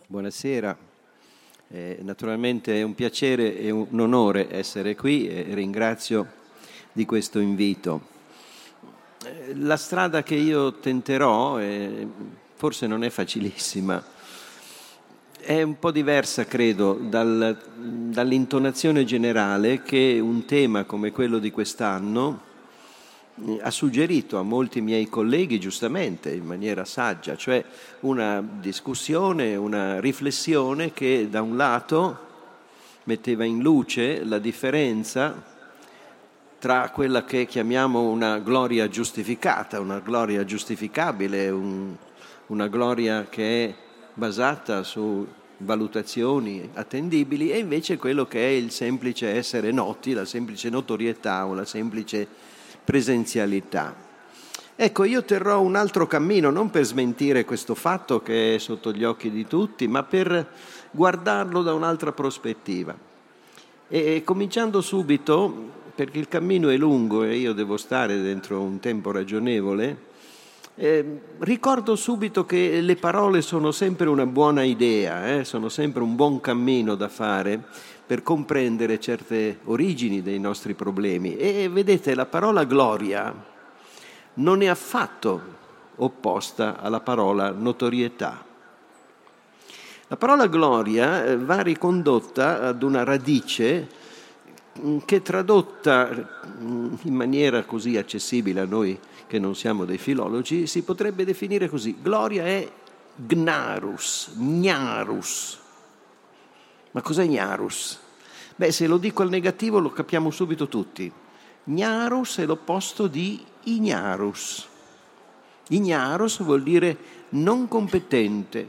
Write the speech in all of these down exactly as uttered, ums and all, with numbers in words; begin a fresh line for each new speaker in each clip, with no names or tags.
Buonasera, eh, naturalmente è un piacere e un onore essere qui e ringrazio di questo invito. Eh, la strada che io tenterò eh, forse non è facilissima, è un po' diversa credo dal, dall'intonazione generale che un tema come quello di quest'anno ha suggerito a molti miei colleghi, giustamente, in maniera saggia, cioè una discussione, una riflessione che da un lato metteva in luce la differenza tra quella che chiamiamo una gloria giustificata, una gloria giustificabile, un, una gloria che è basata su valutazioni attendibili, e invece quello che è il semplice essere noti, la semplice notorietà o la semplice presenzialità. Ecco, io terrò un altro cammino, non per smentire questo fatto che è sotto gli occhi di tutti, ma per guardarlo da un'altra prospettiva. E, e cominciando subito, perché il cammino è lungo e io devo stare dentro un tempo ragionevole, eh, ricordo subito che le parole sono sempre una buona idea, eh, sono sempre un buon cammino da fare per comprendere certe origini dei nostri problemi. E vedete, la parola gloria non è affatto opposta alla parola notorietà. La parola gloria va ricondotta ad una radice che, tradotta in maniera così accessibile a noi che non siamo dei filologi, si potrebbe definire così: gloria è gnarus, gnarus. Ma cos'è gnarus? Beh, se lo dico al negativo lo capiamo subito tutti. Gnarus è l'opposto di ignarus. Ignarus vuol dire non competente,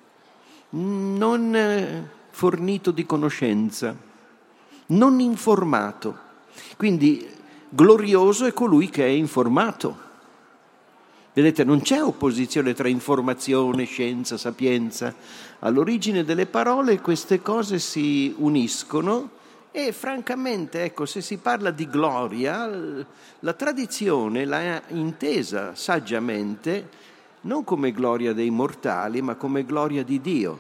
non fornito di conoscenza, non informato. Quindi glorioso è colui che è informato. Vedete, non c'è opposizione tra informazione, scienza, sapienza. All'origine delle parole queste cose si uniscono e francamente, ecco, se si parla di gloria, la tradizione l'ha intesa saggiamente non come gloria dei mortali, ma come gloria di Dio.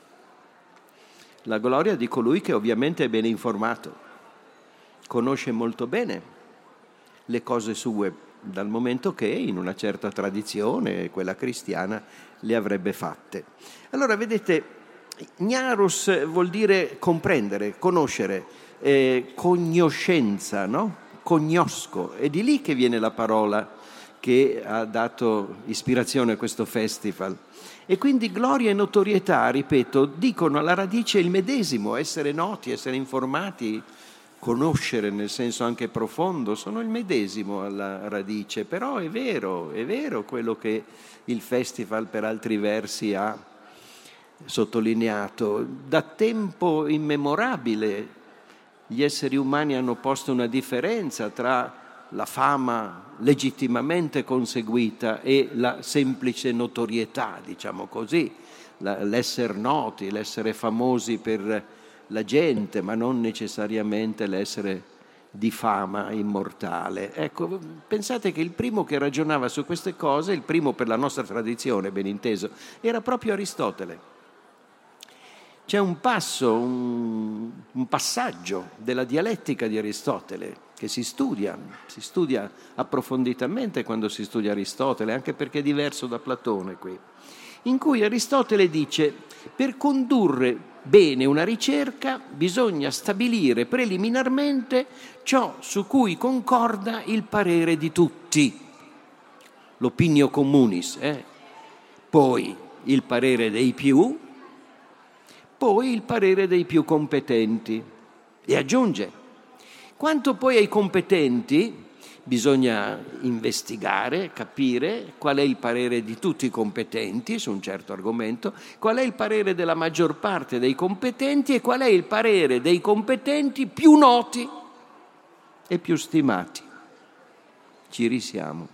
La gloria di colui che ovviamente è ben informato, conosce molto bene le cose sue, dal momento che in una certa tradizione, quella cristiana, le avrebbe fatte. Allora, vedete, gnarus vuol dire comprendere, conoscere, eh, cognoscenza, no? Cognosco. È di lì che viene la parola che ha dato ispirazione a questo festival. E quindi gloria e notorietà, ripeto, dicono alla radice il medesimo: essere noti, essere informati, conoscere nel senso anche profondo, sono il medesimo alla radice. Però è vero, è vero quello che il festival per altri versi ha sottolineato. Da tempo immemorabile gli esseri umani hanno posto una differenza tra la fama legittimamente conseguita e la semplice notorietà, diciamo così, l'essere noti, l'essere famosi per la gente, ma non necessariamente l'essere di fama immortale. Ecco, pensate che il primo che ragionava su queste cose, il primo per la nostra tradizione, ben inteso, era proprio Aristotele. C'è un passo, un, un passaggio della dialettica di Aristotele che si studia, si studia approfonditamente quando si studia Aristotele, anche perché è diverso da Platone qui, in cui Aristotele dice: per condurre bene una ricerca bisogna stabilire preliminarmente ciò su cui concorda il parere di tutti, l'opinio communis, eh? Poi il parere dei più, poi il parere dei più competenti. E aggiunge: quanto poi ai competenti, bisogna investigare, capire qual è il parere di tutti i competenti su un certo argomento, qual è il parere della maggior parte dei competenti e qual è il parere dei competenti più noti e più stimati. Ci risiamo.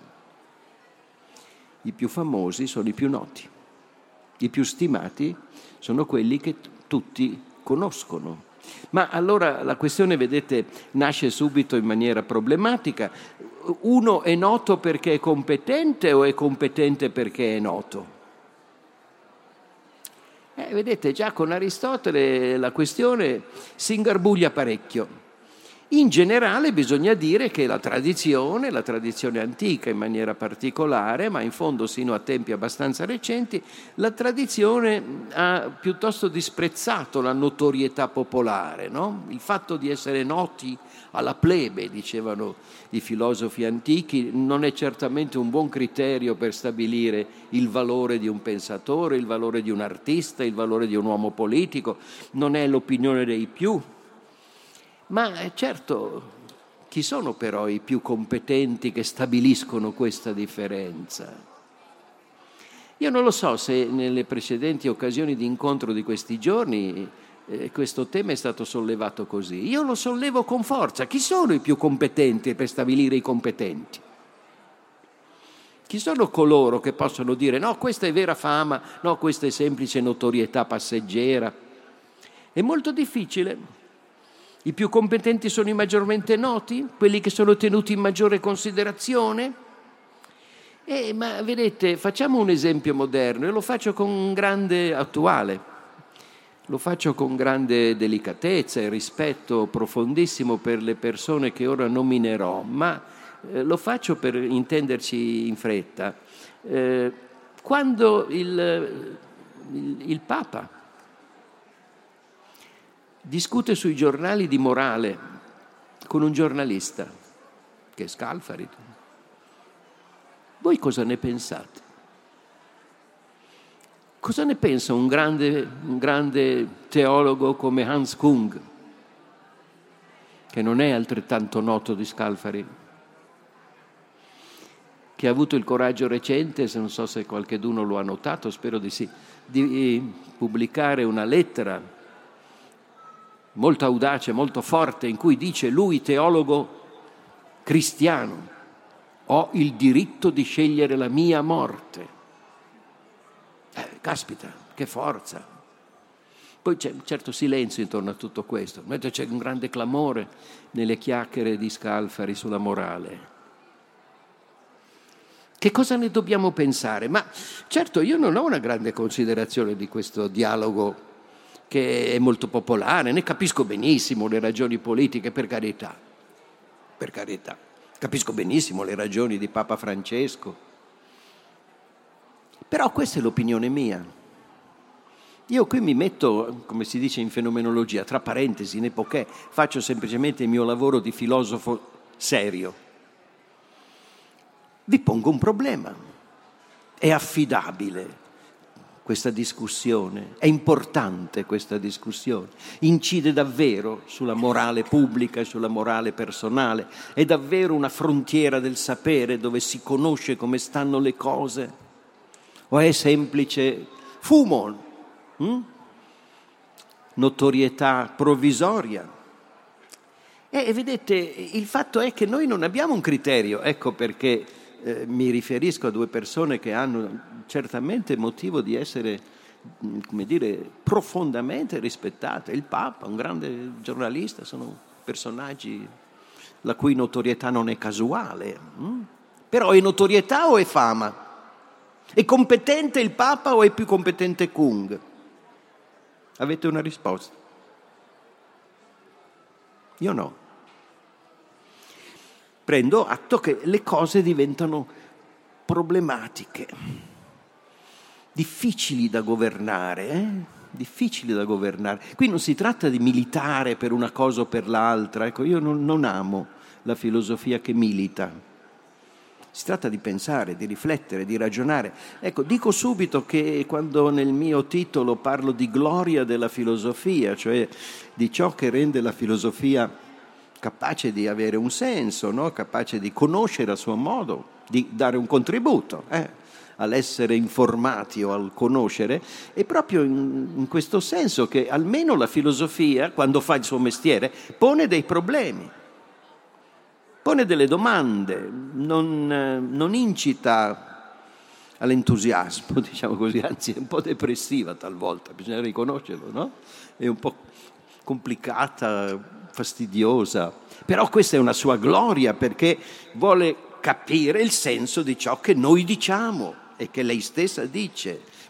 I più famosi sono i più noti, i più stimati sono quelli che t- tutti conoscono. Ma allora la questione, vedete, nasce subito in maniera problematica. Uno è noto perché è competente o è competente perché è noto? Eh, vedete, già con Aristotele la questione si ingarbuglia parecchio. In generale bisogna dire che la tradizione, la tradizione antica in maniera particolare, ma in fondo sino a tempi abbastanza recenti, la tradizione ha piuttosto disprezzato la notorietà popolare, no? Il fatto di essere noti alla plebe, dicevano i filosofi antichi, non è certamente un buon criterio per stabilire il valore di un pensatore, il valore di un artista, il valore di un uomo politico, non è l'opinione dei più. Ma certo, chi sono però i più competenti che stabiliscono questa differenza? Io non lo so se nelle precedenti occasioni di incontro di questi giorni eh, questo tema è stato sollevato così. Io lo sollevo con forza. Chi sono i più competenti per stabilire i competenti? Chi sono coloro che possono dire no, questa è vera fama, no, questa è semplice notorietà passeggera? È molto difficile. I più competenti sono i maggiormente noti, quelli che sono tenuti in maggiore considerazione. Eh, ma vedete, facciamo un esempio moderno e lo faccio con grande attuale, lo faccio con grande delicatezza e rispetto profondissimo per le persone che ora nominerò, ma eh, lo faccio per intenderci in fretta. Eh, quando il, il, il Papa discute sui giornali di morale con un giornalista, che è Scalfari, voi cosa ne pensate? Cosa ne pensa un grande, un grande teologo come Hans Kung, che non è altrettanto noto di Scalfari, che ha avuto il coraggio recente, se non so se qualcheduno lo ha notato, spero di sì, di pubblicare una lettera molto audace, molto forte, in cui dice lui, teologo cristiano, ho il diritto di scegliere la mia morte. Eh, caspita, che forza! Poi c'è un certo silenzio intorno a tutto questo, mentre c'è un grande clamore nelle chiacchiere di Scalfari sulla morale. Che cosa ne dobbiamo pensare? Ma certo, io non ho una grande considerazione di questo dialogo che è molto popolare, ne capisco benissimo le ragioni politiche, per carità, per carità. Capisco benissimo le ragioni di Papa Francesco. Però questa è l'opinione mia. Io qui mi metto, come si dice in fenomenologia, tra parentesi, in epoché, faccio semplicemente il mio lavoro di filosofo serio. Vi pongo un problema. È affidabile questa discussione? È importante questa discussione? Incide davvero sulla morale pubblica e sulla morale personale? È davvero una frontiera del sapere dove si conosce come stanno le cose? O è semplice fumo? Hm? Notorietà provvisoria? E vedete, il fatto è che noi non abbiamo un criterio, ecco perché eh, mi riferisco a due persone che hanno certamente motivo di essere, come dire, profondamente rispettate. Il Papa, un grande giornalista, sono personaggi la cui notorietà non è casuale. Hm? Però è notorietà o è fama? È competente il Papa o è più competente Kung? Avete una risposta? Io no. Prendo atto che le cose diventano problematiche, difficili da governare, eh? difficili da governare. Qui non si tratta di militare per una cosa o per l'altra. Ecco, io non, non amo la filosofia che milita. Si tratta di pensare, di riflettere, di ragionare. Ecco, dico subito che quando nel mio titolo parlo di gloria della filosofia, cioè di ciò che rende la filosofia capace di avere un senso, no? Capace di conoscere a suo modo, di dare un contributo eh? all'essere informati o al conoscere, è proprio in, in questo senso che almeno la filosofia, quando fa il suo mestiere, pone dei problemi, pone delle domande, non, non incita all'entusiasmo, diciamo così, anzi è un po' depressiva talvolta, bisogna riconoscerlo, no? È un po' complicata, fastidiosa, però questa è una sua gloria perché vuole capire il senso di ciò che noi diciamo e che lei stessa dice,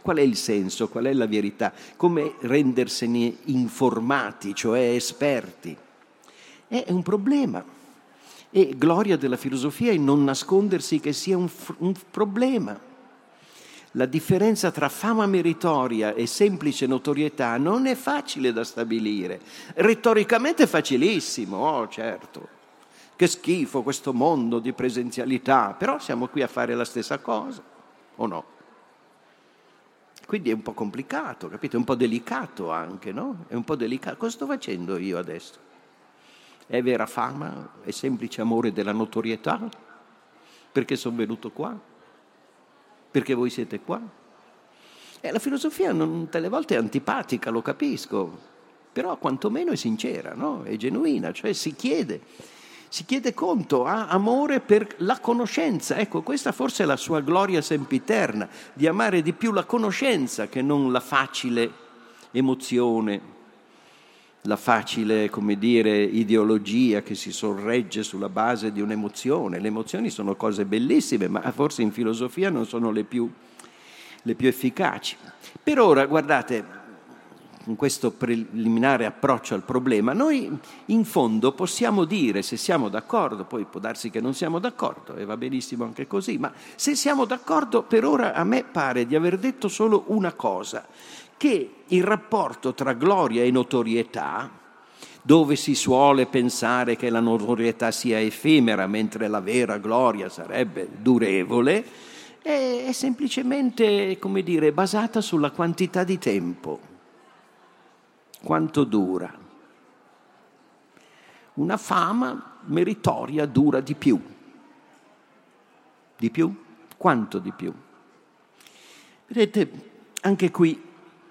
Qual è il senso? Qual è la verità? Come rendersene informati, cioè esperti? È un problema. E gloria della filosofia è non nascondersi che sia un, un problema. La differenza tra fama meritoria e semplice notorietà non è facile da stabilire. Retoricamente è facilissimo, oh certo. Che schifo questo mondo di presenzialità, però siamo qui a fare la stessa cosa, o no? Quindi è un po' complicato, capito? È un po' delicato anche, no? È un po' delicato. Cosa sto facendo io adesso? È vera fama? È semplice amore della notorietà? Perché sono venuto qua? Perché voi siete qua? E la filosofia non, delle volte è antipatica, lo capisco, però quantomeno è sincera, no? È genuina, cioè si chiede, si chiede conto, ha amore per la conoscenza. Ecco, questa forse è la sua gloria sempiterna, di amare di più la conoscenza che non la facile emozione, la facile, come dire, ideologia che si sorregge sulla base di un'emozione. Le emozioni sono cose bellissime, ma forse in filosofia non sono le più, le più efficaci. Per ora, guardate, con questo preliminare approccio al problema, noi in fondo possiamo dire, se siamo d'accordo, poi può darsi che non siamo d'accordo, e va benissimo anche così, ma se siamo d'accordo, per ora a me pare di aver detto solo una cosa, che il rapporto tra gloria e notorietà, dove si suole pensare che la notorietà sia effimera, mentre la vera gloria sarebbe durevole, è, è semplicemente, come dire, basata sulla quantità di tempo. Quanto dura? Una fama meritoria dura di più. Di più? Quanto di più? Vedete, anche qui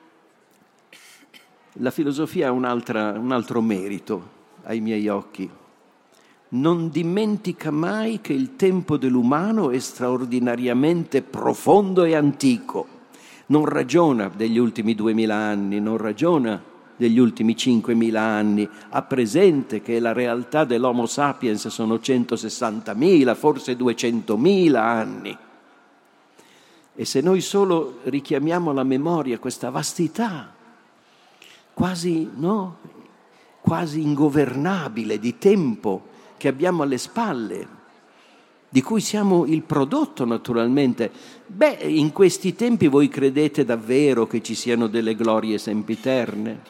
la filosofia ha un'altra, un altro merito ai miei occhi. Non dimentica mai che il tempo dell'umano è straordinariamente profondo e antico. Non ragiona degli ultimi duemila anni, non ragiona degli ultimi cinquemila anni, ha presente che la realtà dell'Homo sapiens sono centosessantamila, forse duecentomila anni. E se noi solo richiamiamo alla memoria questa vastità, quasi, no? quasi ingovernabile di tempo che abbiamo alle spalle, di cui siamo il prodotto naturalmente, beh, in questi tempi voi credete davvero che ci siano delle glorie sempiterne?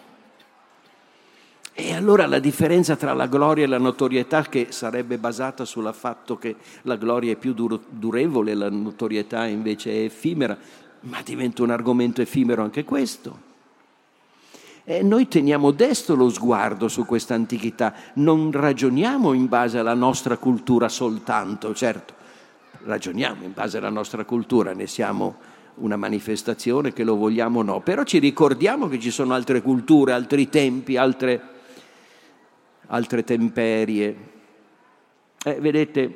E allora la differenza tra la gloria e la notorietà, che sarebbe basata sul fatto che la gloria è più dur- durevole, la notorietà invece è effimera, ma diventa un argomento effimero anche questo. E noi teniamo desto lo sguardo su questa antichità, non ragioniamo in base alla nostra cultura soltanto, certo, ragioniamo in base alla nostra cultura, ne siamo una manifestazione, che lo vogliamo o no, però ci ricordiamo che ci sono altre culture, altri tempi, altre, altre temperie. Eh, vedete,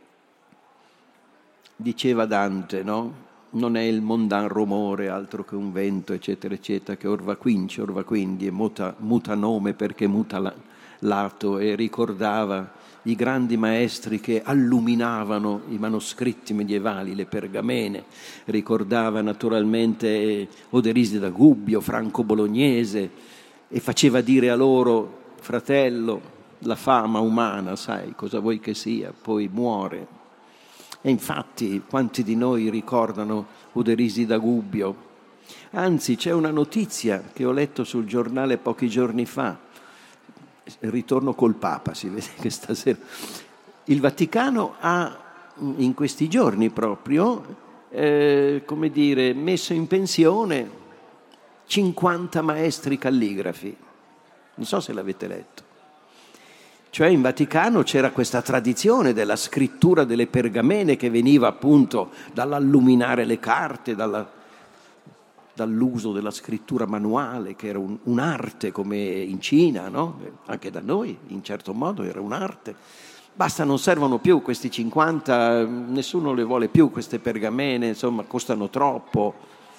diceva Dante, no? Non è il mondan rumore altro che un vento, eccetera, eccetera, che orva quinci, orva quindi, e muta, muta nome perché muta la, lato, e ricordava i grandi maestri che alluminavano i manoscritti medievali, le pergamene, ricordava naturalmente Oderisi da Gubbio, Franco Bolognese, e faceva dire a loro: fratello, la fama umana, sai cosa vuoi che sia, poi muore. E infatti quanti di noi ricordano Oderisi da Gubbio? Anzi, c'è una notizia che ho letto sul giornale pochi giorni fa, ritorno col Papa, si vede che stasera il Vaticano ha in questi giorni proprio eh, come dire, messo in pensione cinquanta maestri calligrafi. Non so se l'avete letto. Cioè in Vaticano c'era questa tradizione della scrittura delle pergamene che veniva appunto dall'alluminare le carte, dalla, dall'uso della scrittura manuale, che era un, un'arte come in Cina, no? Anche da noi in certo modo era un'arte. Basta, non servono più questi cinquanta, nessuno le vuole più queste pergamene, insomma costano troppo.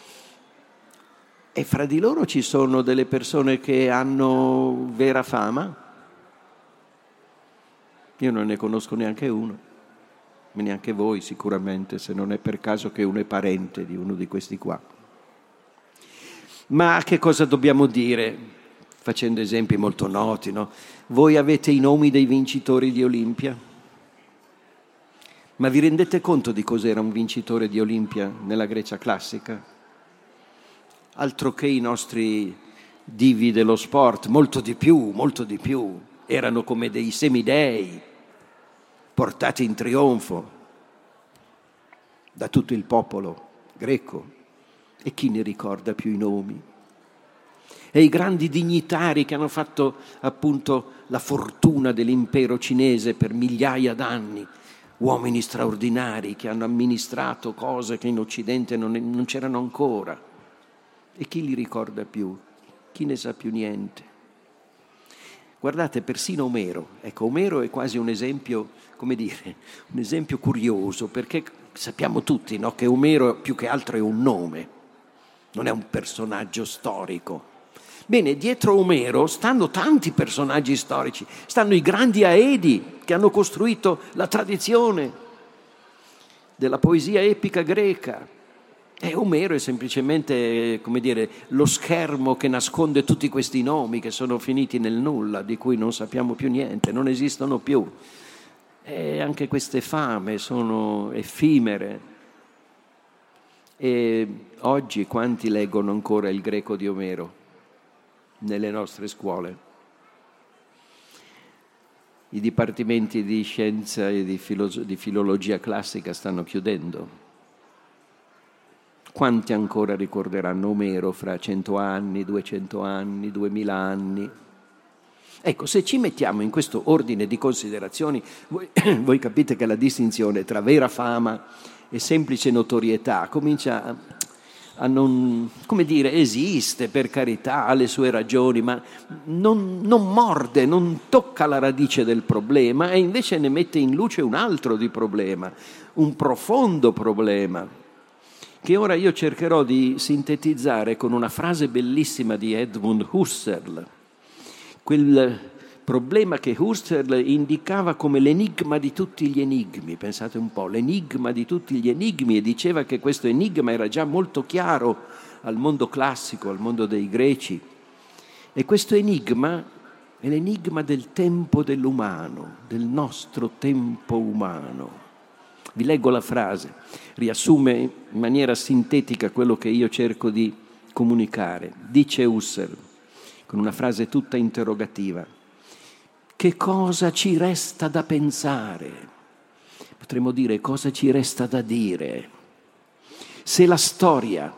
E fra di loro ci sono delle persone che hanno vera fama. Io non ne conosco neanche uno, ma neanche voi sicuramente, se non è per caso che uno è parente di uno di questi qua. Ma che cosa dobbiamo dire? Facendo esempi molto noti, no? Voi avete i nomi dei vincitori di Olimpia? Ma vi rendete conto di cos'era un vincitore di Olimpia nella Grecia classica? Altro che i nostri divi dello sport, molto di più, molto di più. Erano come dei semidei, portati in trionfo da tutto il popolo greco. E chi ne ricorda più i nomi? E i grandi dignitari che hanno fatto appunto la fortuna dell'impero cinese per migliaia d'anni, uomini straordinari che hanno amministrato cose che in Occidente non, non c'erano ancora. E chi li ricorda più? Chi ne sa più niente? Guardate, persino Omero, ecco, Omero è quasi un esempio, come dire, un esempio curioso, perché sappiamo tutti, no, che Omero più che altro è un nome, non è un personaggio storico. Bene, dietro Omero stanno tanti personaggi storici, stanno i grandi Aedi che hanno costruito la tradizione della poesia epica greca. E Omero è semplicemente, come dire, lo schermo che nasconde tutti questi nomi che sono finiti nel nulla, di cui non sappiamo più niente, non esistono più. E anche queste fame sono effimere. E oggi quanti leggono ancora il greco di Omero nelle nostre scuole? I dipartimenti di scienza e di, filo- di filologia classica stanno chiudendo. Quanti ancora ricorderanno Omero fra cento anni, duecento anni, duemila anni? Ecco, se ci mettiamo in questo ordine di considerazioni, voi, voi capite che la distinzione tra vera fama e semplice notorietà comincia a, a non, come dire, esiste per carità, ha le sue ragioni, ma non, non morde, non tocca la radice del problema e invece ne mette in luce un altro di problema, un profondo problema, che ora io cercherò di sintetizzare con una frase bellissima di Edmund Husserl, quel problema che Husserl indicava come l'enigma di tutti gli enigmi, pensate un po', l'enigma di tutti gli enigmi, e diceva che questo enigma era già molto chiaro al mondo classico, al mondo dei greci, e questo enigma è l'enigma del tempo dell'umano, del nostro tempo umano. Vi leggo la frase, riassume in maniera sintetica quello che io cerco di comunicare. Dice Husserl, con una frase tutta interrogativa: che cosa ci resta da pensare? Potremmo dire cosa ci resta da dire? Se la storia,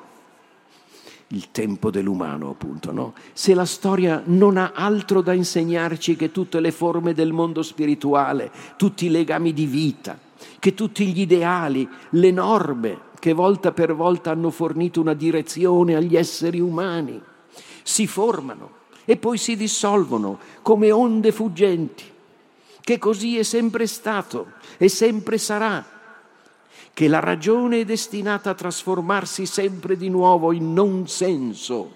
il tempo dell'umano appunto, no? Se la storia non ha altro da insegnarci che tutte le forme del mondo spirituale, tutti i legami di vita, che tutti gli ideali, le norme che volta per volta hanno fornito una direzione agli esseri umani, si formano e poi si dissolvono come onde fuggenti, che così è sempre stato e sempre sarà, che la ragione è destinata a trasformarsi sempre di nuovo in non senso.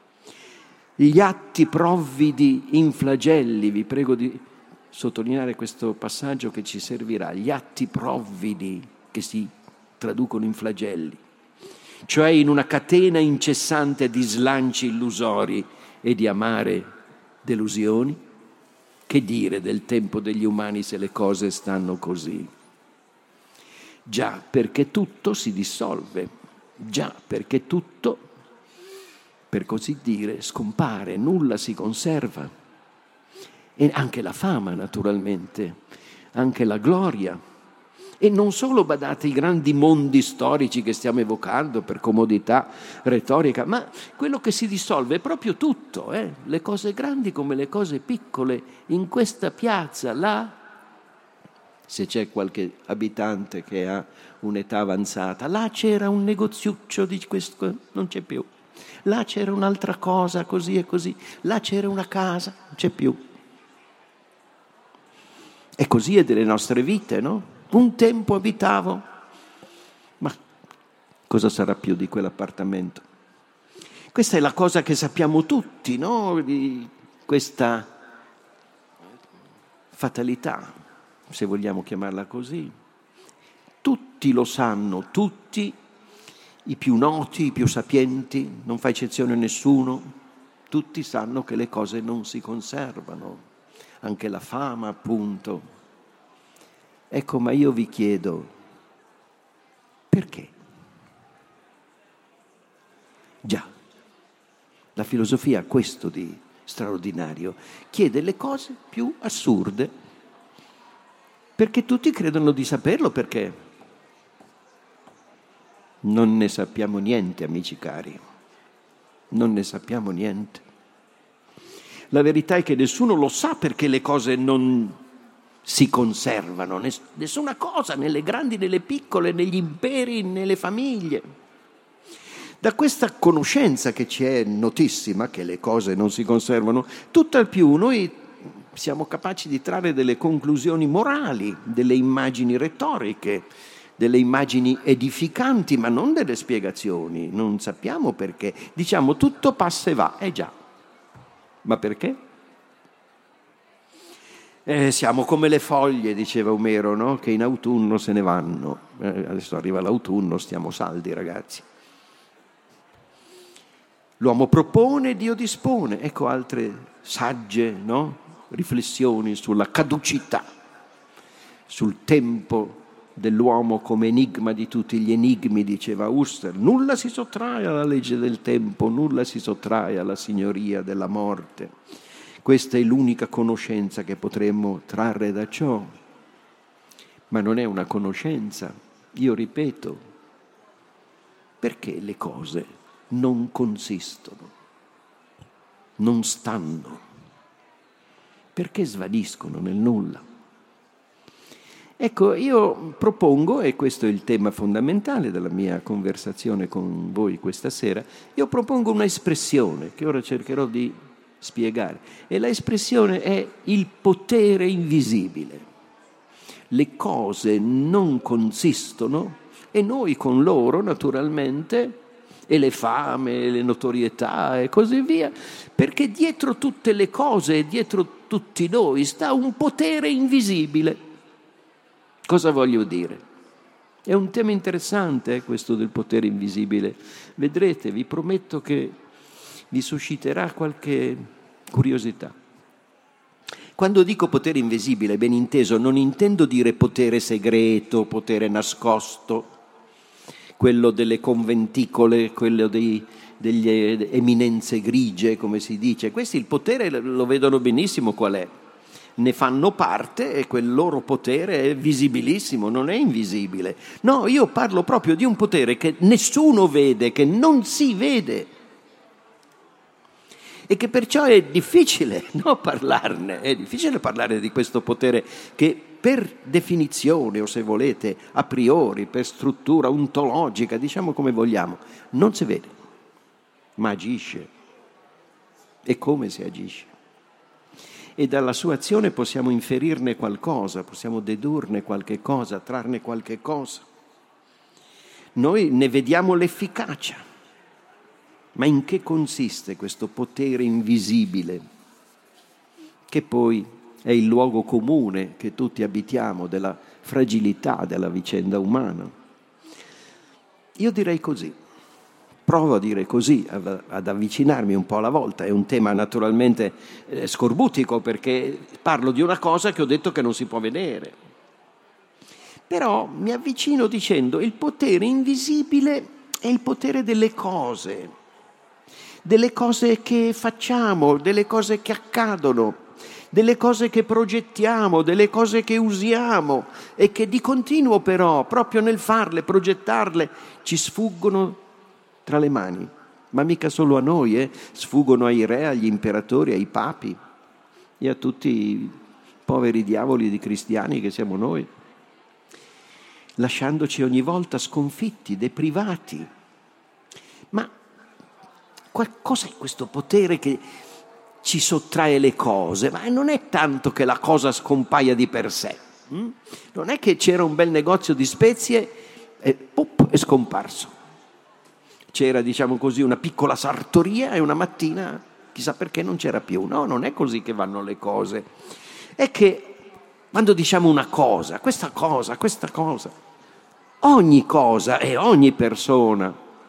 Gli atti provvidi in flagelli, vi prego di sottolineare questo passaggio che ci servirà, gli atti provvidi che si traducono in flagelli, cioè in una catena incessante di slanci illusori e di amare delusioni. Che dire del tempo degli umani se le cose stanno così? Già, perché tutto si dissolve, già, perché tutto, per così dire, scompare, nulla si conserva. E anche la fama, naturalmente, anche la gloria. E non solo, badate, i grandi mondi storici che stiamo evocando per comodità retorica, ma quello che si dissolve è proprio tutto, eh? Le cose grandi come le cose piccole, in questa piazza, là, se c'è qualche abitante che ha un'età avanzata, là c'era un negoziuccio di questo, non c'è più. Là c'era un'altra cosa, così e così. Là c'era una casa, non c'è più. E così è delle nostre vite, no? Un tempo abitavo, ma cosa sarà più di quell'appartamento? Questa è la cosa che sappiamo tutti, no? Di questa fatalità, se vogliamo chiamarla così. Tutti lo sanno, tutti, i più noti, i più sapienti, non fa eccezione a nessuno, tutti sanno che le cose non si conservano, anche la fama appunto. Ecco, ma io vi chiedo, perché? Già, la filosofia ha questo di straordinario, chiede le cose più assurde, perché tutti credono di saperlo, perché non ne sappiamo niente, amici cari, non ne sappiamo niente. La verità è che nessuno lo sa perché le cose non si conservano, nessuna cosa, nelle grandi, nelle piccole, negli imperi, nelle famiglie. Da questa conoscenza che ci è notissima, che le cose non si conservano, tutt'al più noi siamo capaci di trarre delle conclusioni morali, delle immagini retoriche, delle immagini edificanti, ma non delle spiegazioni. Non sappiamo perché. Diciamo tutto passa e va. Eh già. Ma perché? Eh, siamo come le foglie, diceva Omero, no? Che in autunno se ne vanno. Eh, adesso arriva l'autunno, stiamo saldi, ragazzi. L'uomo propone, Dio dispone. Ecco altre sagge, no? Riflessioni sulla caducità, sul tempo dell'uomo come enigma di tutti gli enigmi, diceva Husserl. Nulla si sottrae alla legge del tempo, nulla si sottrae alla signoria della morte. Questa è l'unica conoscenza che potremmo trarre da ciò. Ma non è una conoscenza. Io ripeto, perché le cose non consistono, non stanno? Perché svaniscono nel nulla? Ecco, io propongo, e questo è il tema fondamentale della mia conversazione con voi questa sera, io propongo una espressione che ora cercherò di spiegare, e la espressione è il potere invisibile. Le cose non consistono e noi con loro, naturalmente, e le fame, le notorietà e così via, perché dietro tutte le cose e dietro tutti noi sta un potere invisibile. Cosa voglio dire? È un tema interessante, eh, questo del potere invisibile. Vedrete, vi prometto che vi susciterà qualche curiosità. Quando dico potere invisibile, ben inteso, non intendo dire potere segreto, potere nascosto, quello delle conventicole, quello dei, delle eminenze grigie, come si dice. Questi il potere lo vedono benissimo qual è. Ne fanno parte e quel loro potere è visibilissimo, non è invisibile. No, io parlo proprio di un potere che nessuno vede, che non si vede. E che perciò è difficile, no, parlarne, è difficile parlare di questo potere che per definizione, o se volete, a priori, per struttura ontologica, diciamo come vogliamo, non si vede, ma agisce. E come si agisce? E dalla sua azione possiamo inferirne qualcosa, possiamo dedurne qualche cosa, trarne qualche cosa. Noi ne vediamo l'efficacia. Ma in che consiste questo potere invisibile, che poi è il luogo comune che tutti abitiamo della fragilità della vicenda umana? Io direi così, provo a dire così, ad avvicinarmi un po' alla volta. È un tema naturalmente eh, scorbutico, perché parlo di una cosa che ho detto che non si può vedere. Però mi avvicino dicendo il potere invisibile è il potere delle cose, delle cose che facciamo, delle cose che accadono, delle cose che progettiamo, delle cose che usiamo e che di continuo però, proprio nel farle, progettarle, ci sfuggono tra le mani. Ma mica solo a noi, eh? Sfuggono ai re, agli imperatori, ai papi e a tutti i poveri diavoli di cristiani che siamo noi, lasciandoci ogni volta sconfitti, deprivati. Ma qualcosa è questo potere che ci sottrae le cose, ma non è tanto che la cosa scompaia di per sé. Hm? Non è che c'era un bel negozio di spezie e pop, è scomparso. C'era, diciamo così, una piccola sartoria e una mattina, chissà perché, non c'era più. No, non è così che vanno le cose. È che quando diciamo una cosa, questa cosa, questa cosa, ogni cosa e ogni persona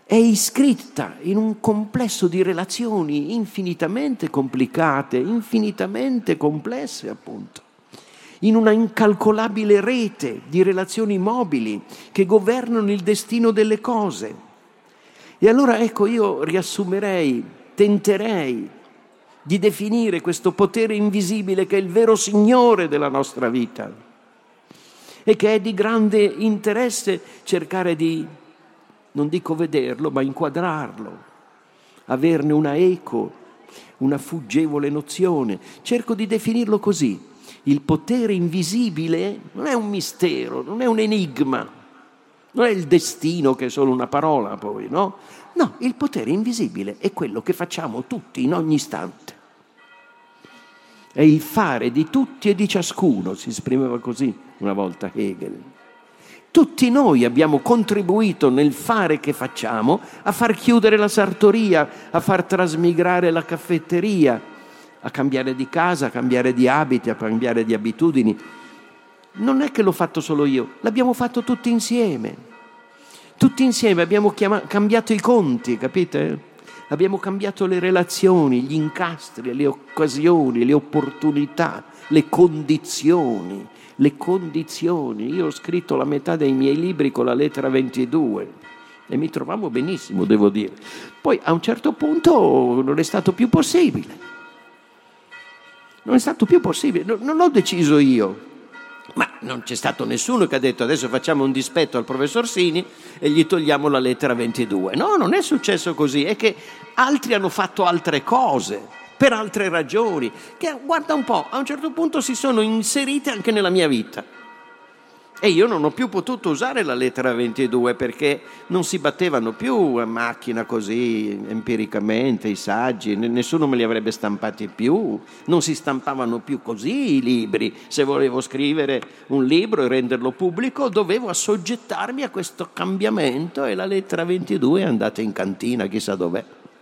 è iscritta in un complesso di relazioni infinitamente complicate, infinitamente complesse appunto, in una incalcolabile rete di relazioni mobili che governano il destino delle cose. E allora ecco, io riassumerei, tenterei di definire questo potere invisibile che è il vero Signore della nostra vita e che è di grande interesse cercare di, non dico vederlo, ma inquadrarlo, averne una eco, una fuggevole nozione. Cerco di definirlo così. Il potere invisibile non è un mistero, non è un enigma, non è il destino che è solo una parola poi, no? No, il potere invisibile è quello che facciamo tutti in ogni istante. È il fare di tutti e di ciascuno, si esprimeva così una volta Hegel. Tutti noi abbiamo contribuito nel fare che facciamo a far chiudere la sartoria, a far trasmigrare la caffetteria, a cambiare di casa, a cambiare di abiti, a cambiare di abitudini. Non è che l'ho fatto solo io, l'abbiamo fatto tutti insieme. Tutti insieme abbiamo chiama- cambiato i conti, capite? Abbiamo cambiato le relazioni, gli incastri, le occasioni, le opportunità, le condizioni. Le condizioni. Io ho scritto la metà dei miei libri con la lettera ventidue e mi trovavo benissimo, devo dire. Poi a un certo punto non è stato più possibile. Non è stato più possibile. Non, non l'ho deciso io. Ma non c'è stato nessuno che ha detto adesso facciamo un dispetto al professor Sini e gli togliamo la lettera ventidue. No, non è successo così. È che altri hanno fatto altre cose, per altre ragioni, che guarda un po', a un certo punto si sono inserite anche nella mia vita. E io non ho più potuto usare la lettera ventidue perché non si battevano più a macchina così empiricamente i saggi, nessuno me li avrebbe stampati più, non si stampavano più così i libri. Se volevo scrivere un libro e renderlo pubblico dovevo assoggettarmi a questo cambiamento e la lettera ventidue è andata in cantina, chissà dov'è.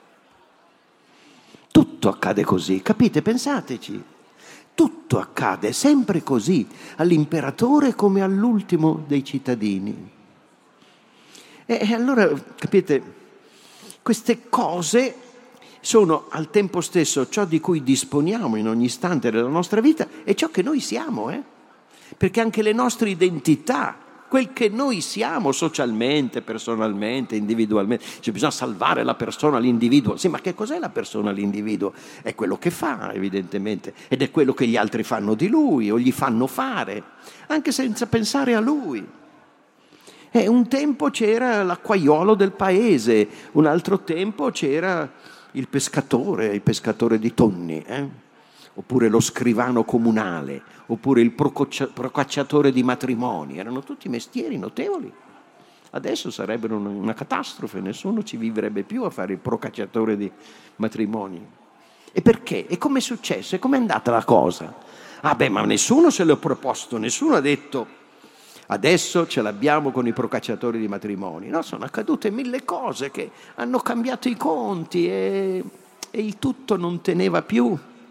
Tutto accade così, capite? Pensateci. Tutto accade sempre così, all'imperatore come all'ultimo dei cittadini. E, e allora, capite, queste cose sono al tempo stesso ciò di cui disponiamo in ogni istante della nostra vita e ciò che noi siamo, eh? Perché anche le nostre identità, quel che noi siamo socialmente, personalmente, individualmente, cioè bisogna salvare la persona, l'individuo. Sì, ma che cos'è la persona, l'individuo? È quello che fa, evidentemente, ed è quello che gli altri fanno di lui o gli fanno fare, anche senza pensare a lui. E un tempo c'era l'acquaiolo del paese, un altro tempo c'era il pescatore, il pescatore di tonni, eh? Oppure lo scrivano comunale, oppure il procaccia- procacciatore di matrimoni. Erano tutti mestieri notevoli. Adesso sarebbero una, una catastrofe, nessuno ci vivrebbe più a fare il procacciatore di matrimoni. E perché? E come è successo? E com'è andata la cosa? Ah beh, ma nessuno se l'ha proposto, nessuno ha detto adesso ce l'abbiamo con i procacciatori di matrimoni. No, sono accadute mille cose che hanno cambiato i conti e, e il tutto non teneva più.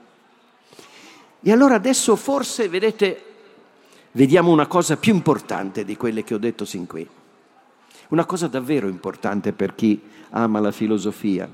E allora adesso forse, vedete, vediamo una cosa più importante di quelle che ho detto sin qui. Una cosa davvero importante per chi ama la filosofia.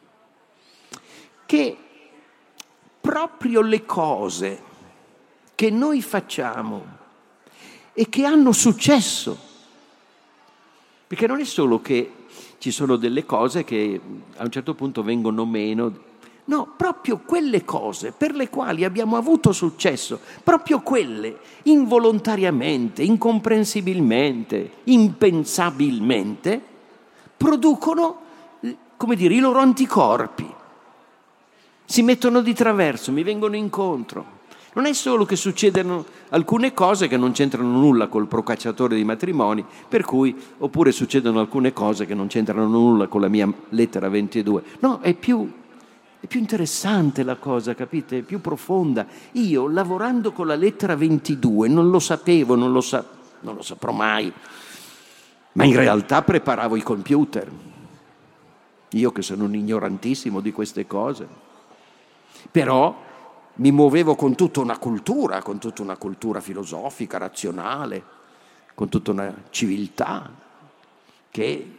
Che proprio le cose che noi facciamo e che hanno successo, perché non è solo che ci sono delle cose che a un certo punto vengono meno. No, proprio quelle cose per le quali abbiamo avuto successo, proprio quelle involontariamente, incomprensibilmente, impensabilmente, producono, come dire, i loro anticorpi. Si mettono di traverso, mi vengono incontro. Non è solo che succedono alcune cose che non c'entrano nulla col procacciatore di matrimoni, per cui, oppure succedono alcune cose che non c'entrano nulla con la mia lettera ventidue. No, è più... È più interessante la cosa, capite? È più profonda. Io, lavorando con la lettera ventidue, non lo sapevo, non lo, sa- non lo saprò mai, ma in realtà preparavo i computer. Io che sono un ignorantissimo di queste cose. Però mi muovevo con tutta una cultura, con tutta una cultura filosofica, razionale, con tutta una civiltà che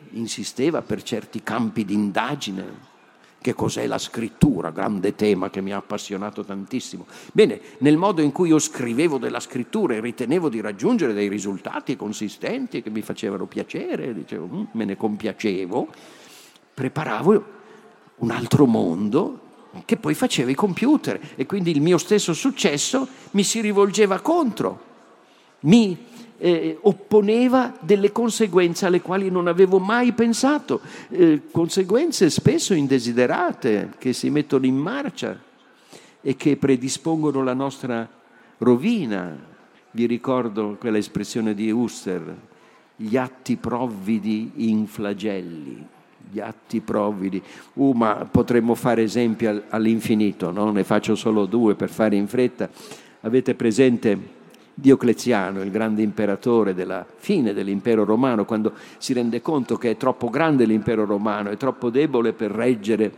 insisteva per certi campi di indagine. Che cos'è la scrittura? Grande tema che mi ha appassionato tantissimo. Bene, nel modo in cui io scrivevo della scrittura e ritenevo di raggiungere dei risultati consistenti che mi facevano piacere, dicevo, mm, me ne compiacevo, preparavo un altro mondo che poi faceva i computer e quindi il mio stesso successo mi si rivolgeva contro, mi Eh, opponeva delle conseguenze alle quali non avevo mai pensato, eh, conseguenze spesso indesiderate che si mettono in marcia e che predispongono la nostra rovina. Vi ricordo quella espressione di Husserl, gli atti provvidi in flagelli, gli atti provvidi. Uh, ma potremmo fare esempi all'infinito, no? Ne faccio solo due per fare in fretta. Avete presente Diocleziano, il grande imperatore della fine dell'impero romano, quando si rende conto che è troppo grande l'impero romano, è troppo debole per reggere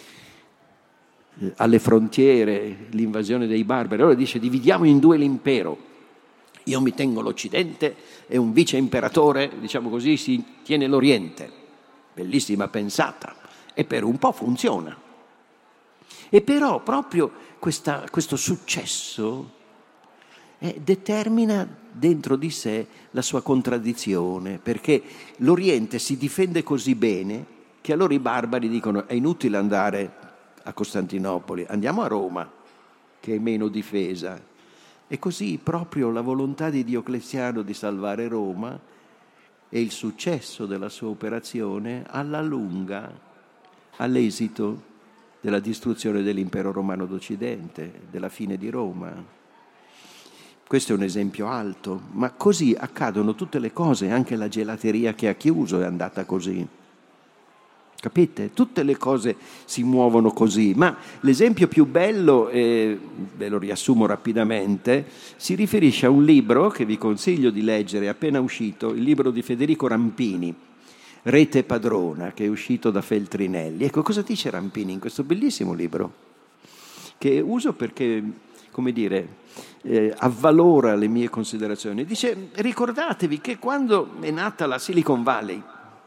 alle frontiere l'invasione dei barbari, allora dice: dividiamo in due l'impero, io mi tengo l'Occidente e un vice imperatore, diciamo così, si tiene l'Oriente. Bellissima pensata, e per un po' funziona. E però proprio questa, questo successo Eh, determina dentro di sé la sua contraddizione, perché l'Oriente si difende così bene che allora i barbari dicono: è inutile andare a Costantinopoli, andiamo a Roma che è meno difesa. E così proprio la volontà di Diocleziano di salvare Roma e il successo della sua operazione alla lunga, all'esito della distruzione dell'impero romano d'Occidente, della fine di Roma. Questo è un esempio alto, ma così accadono tutte le cose, anche la gelateria che ha chiuso è andata così. Capite? Tutte le cose si muovono così, ma l'esempio più bello, eh, ve lo riassumo rapidamente, si riferisce a un libro che vi consiglio di leggere, è appena uscito, il libro di Federico Rampini, Rete Padrona, che è uscito da Feltrinelli. Ecco, cosa dice Rampini in questo bellissimo libro, che uso perché, come dire, eh, avvalora le mie considerazioni. Dice: ricordatevi che quando è nata la Silicon Valley,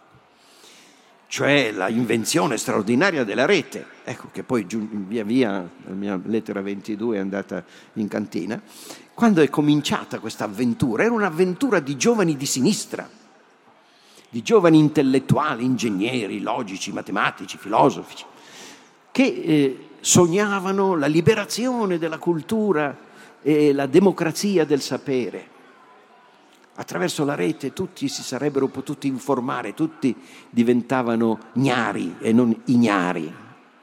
cioè la invenzione straordinaria della rete, ecco che poi giù, via via la mia lettera ventidue è andata in cantina, quando è cominciata questa avventura, era un'avventura di giovani di sinistra, di giovani intellettuali, ingegneri, logici, matematici, filosofi, che eh, sognavano la liberazione della cultura e la democrazia del sapere. Attraverso la rete tutti si sarebbero potuti informare, tutti diventavano gnari e non ignari.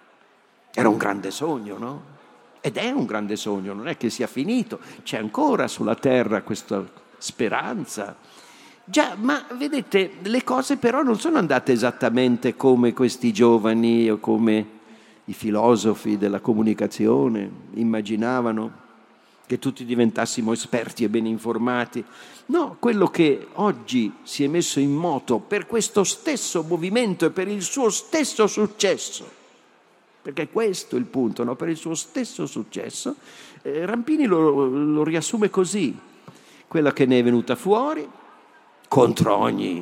Era un grande sogno, no? Ed è un grande sogno, non è che sia finito, c'è ancora sulla terra questa speranza. Già, ma vedete, le cose però non sono andate esattamente come questi giovani o come i filosofi della comunicazione immaginavano, che tutti diventassimo esperti e ben informati. No, quello che oggi si è messo in moto per questo stesso movimento e per il suo stesso successo, perché questo è il punto, no? Per il suo stesso successo, eh, Rampini lo, lo riassume così: quella che ne è venuta fuori, contro ogni,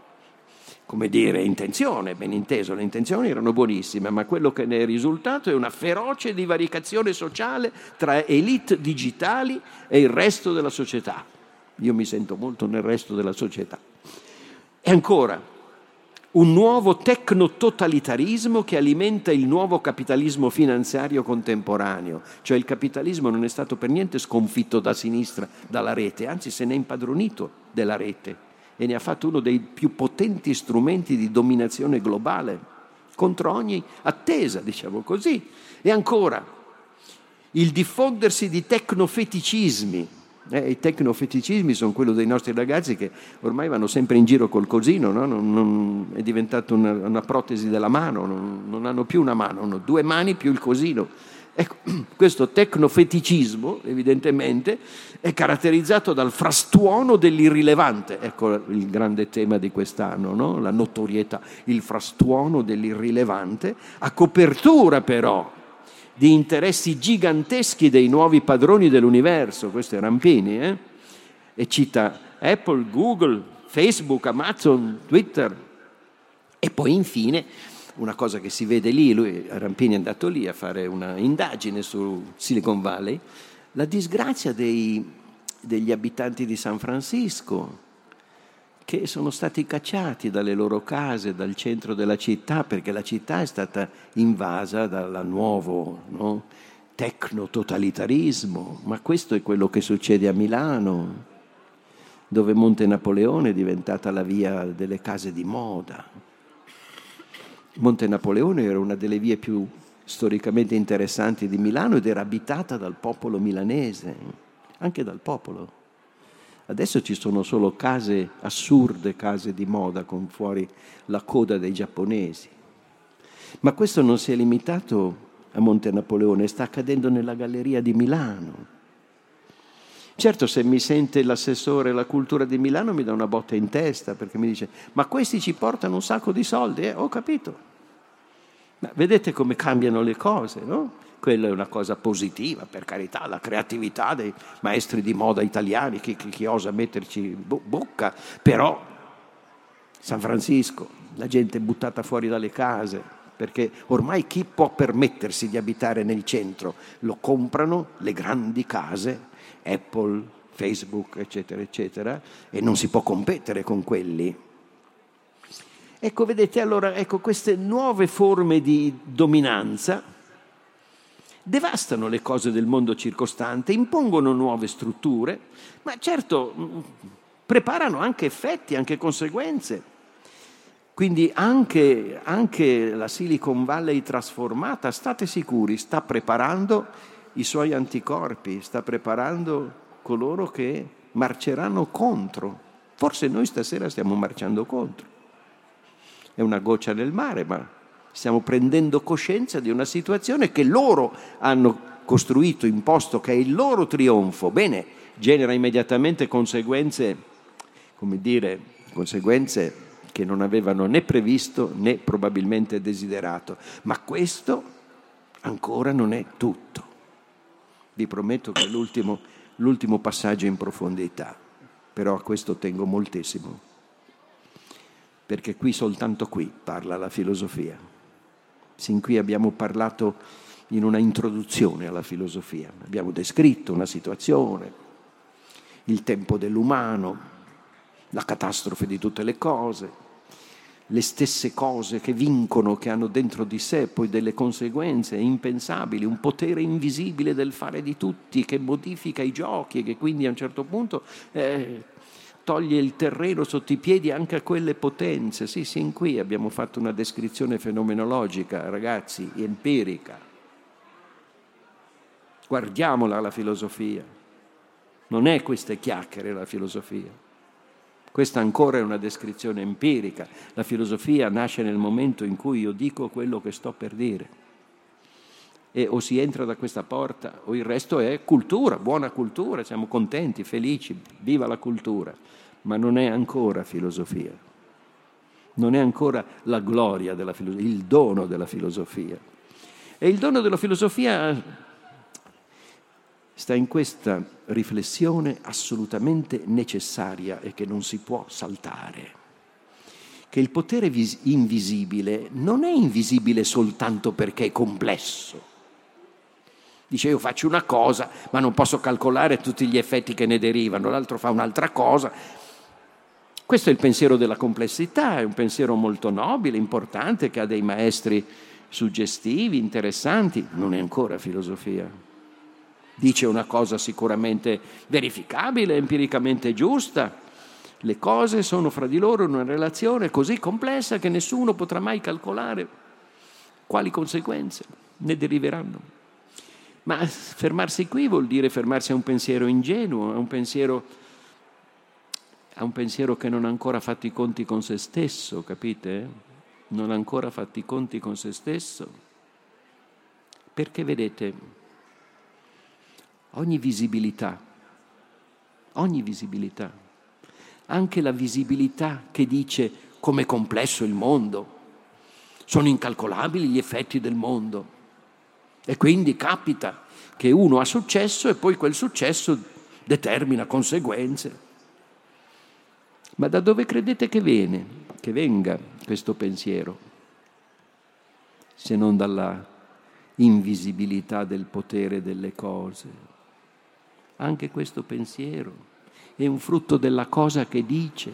come dire, intenzione, ben inteso, le intenzioni erano buonissime, ma quello che ne è risultato è una feroce divaricazione sociale tra elite digitali e il resto della società. Io mi sento molto nel resto della società. E ancora, un nuovo tecnototalitarismo che alimenta il nuovo capitalismo finanziario contemporaneo. Cioè il capitalismo non è stato per niente sconfitto da sinistra, dalla rete, anzi se ne è impadronito della rete e ne ha fatto uno dei più potenti strumenti di dominazione globale, contro ogni attesa, diciamo così. E ancora, il diffondersi di tecnofeticismi. Eh, I tecnofeticismi sono quello dei nostri ragazzi che ormai vanno sempre in giro col cosino, no? non, non, è diventato una, una protesi della mano, non, non hanno più una mano, hanno due mani più il cosino. Ecco, questo tecnofeticismo evidentemente è caratterizzato dal frastuono dell'irrilevante. Ecco il grande tema di quest'anno, no? La notorietà, il frastuono dell'irrilevante, a copertura però di interessi giganteschi dei nuovi padroni dell'universo. Questo è Rampini, eh? E cita Apple, Google, Facebook, Amazon, Twitter, E poi infine, una cosa che si vede lì, lui, Rampini è andato lì a fare una indagine su Silicon Valley, la disgrazia dei, degli abitanti di San Francisco, che sono stati cacciati dalle loro case, dal centro della città, perché la città è stata invasa dal nuovo, no, tecno-totalitarismo. Ma questo è quello che succede a Milano, dove Monte Napoleone è diventata la via delle case di moda. Monte Napoleone era una delle vie più storicamente interessanti di Milano ed era abitata dal popolo milanese, anche dal popolo. Adesso ci sono solo case assurde, case di moda con fuori la coda dei giapponesi. Ma questo non si è limitato a Monte Napoleone, sta accadendo nella Galleria di Milano. Certo, se mi sente l'assessore alla cultura di Milano mi dà una botta in testa, perché mi dice: ma questi ci portano un sacco di soldi. Eh, ho capito. Ma vedete come cambiano le cose, no? Quella è una cosa positiva, per carità, la creatività dei maestri di moda italiani, chi, chi, chi osa metterci bo- bocca, però San Francisco, la gente è buttata fuori dalle case, perché ormai chi può permettersi di abitare nel centro? Lo comprano le grandi case, Apple, Facebook, eccetera, eccetera, e non si può competere con quelli. Ecco, vedete, allora, ecco, queste nuove forme di dominanza devastano le cose del mondo circostante, impongono nuove strutture, ma certo preparano anche effetti, anche conseguenze. Quindi anche, anche la Silicon Valley trasformata, state sicuri, sta preparando i suoi anticorpi, sta preparando coloro che marceranno contro. Forse noi stasera stiamo marciando contro. È una goccia nel mare, ma stiamo prendendo coscienza di una situazione che loro hanno costruito, imposto, che è il loro trionfo. Bene, genera immediatamente conseguenze, come dire, conseguenze che non avevano né previsto né probabilmente desiderato. Ma questo ancora non è tutto. Vi prometto che è l'ultimo, l'ultimo passaggio in profondità, però a questo tengo moltissimo, perché qui, soltanto qui, parla la filosofia. Sin qui abbiamo parlato in una introduzione alla filosofia, abbiamo descritto una situazione, il tempo dell'umano, la catastrofe di tutte le cose, le stesse cose che vincono, che hanno dentro di sé poi delle conseguenze impensabili, un potere invisibile del fare di tutti che modifica i giochi e che quindi a un certo punto eh, toglie il terreno sotto i piedi anche a quelle potenze. Sì, sin qui abbiamo fatto una descrizione fenomenologica, ragazzi, empirica. Guardiamola la filosofia. Non è queste chiacchiere la filosofia. Questa ancora è una descrizione empirica. La filosofia nasce nel momento in cui io dico quello che sto per dire. E o si entra da questa porta o il resto è cultura, buona cultura, siamo contenti, felici, viva la cultura. Ma non è ancora filosofia. Non è ancora la gloria della filosofia, il dono della filosofia. E il dono della filosofia sta in questa riflessione assolutamente necessaria e che non si può saltare. Che il potere vis- invisibile non è invisibile soltanto perché è complesso. Dice: io faccio una cosa, ma non posso calcolare tutti gli effetti che ne derivano, l'altro fa un'altra cosa. Questo è il pensiero della complessità, è un pensiero molto nobile, importante, che ha dei maestri suggestivi, interessanti. Non è ancora filosofia. Dice una cosa sicuramente verificabile, empiricamente giusta. Le cose sono fra di loro in una relazione così complessa che nessuno potrà mai calcolare quali conseguenze ne deriveranno. Ma fermarsi qui vuol dire fermarsi a un pensiero ingenuo, a un pensiero, a un pensiero che non ha ancora fatto i conti con se stesso, capite? Non ha ancora fatto i conti con se stesso. Perché vedete, ogni visibilità, ogni visibilità, anche la visibilità che dice com'è complesso il mondo, sono incalcolabili gli effetti del mondo e quindi capita che uno ha successo e poi quel successo determina conseguenze. Ma da dove credete che viene, che venga, questo pensiero, se non dalla invisibilità del potere delle cose. Anche questo pensiero è un frutto della cosa che dice.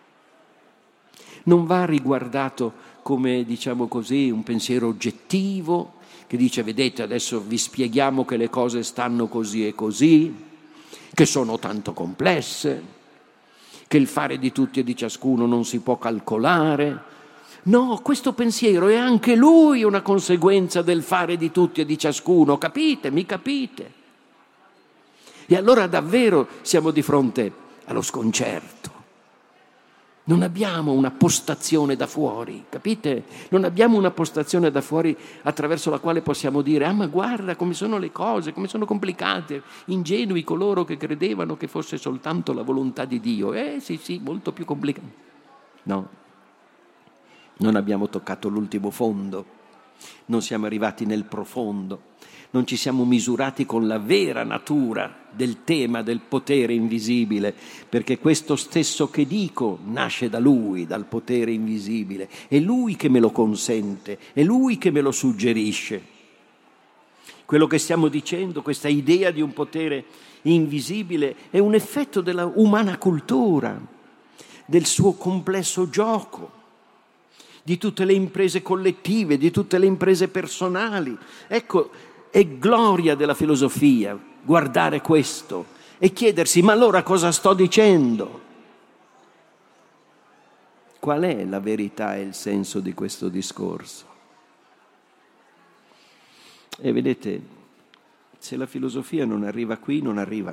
Non va riguardato come, diciamo così, un pensiero oggettivo che dice: vedete, adesso vi spieghiamo che le cose stanno così e così, che sono tanto complesse, che il fare di tutti e di ciascuno non si può calcolare. No, questo pensiero è anche lui una conseguenza del fare di tutti e di ciascuno, capite? Mi capite? E allora davvero siamo di fronte allo sconcerto. Non abbiamo una postazione da fuori, capite? Non abbiamo una postazione da fuori attraverso la quale possiamo dire: ah, ma guarda come sono le cose, come sono complicate, ingenui coloro che credevano che fosse soltanto la volontà di Dio. Eh sì, sì, molto più complicato. No, non abbiamo toccato l'ultimo fondo, non siamo arrivati nel profondo, non ci siamo misurati con la vera natura del tema del potere invisibile, perché questo stesso che dico nasce da Lui, dal potere invisibile. È Lui che me lo consente, è Lui che me lo suggerisce. Quello che stiamo dicendo, questa idea di un potere invisibile, è un effetto della umana cultura, del suo complesso gioco, di tutte le imprese collettive, di tutte le imprese personali. Ecco, è gloria della filosofia guardare questo e chiedersi: ma allora cosa sto dicendo? Qual è la verità e il senso di questo discorso? E vedete, se la filosofia non arriva qui, non arriva.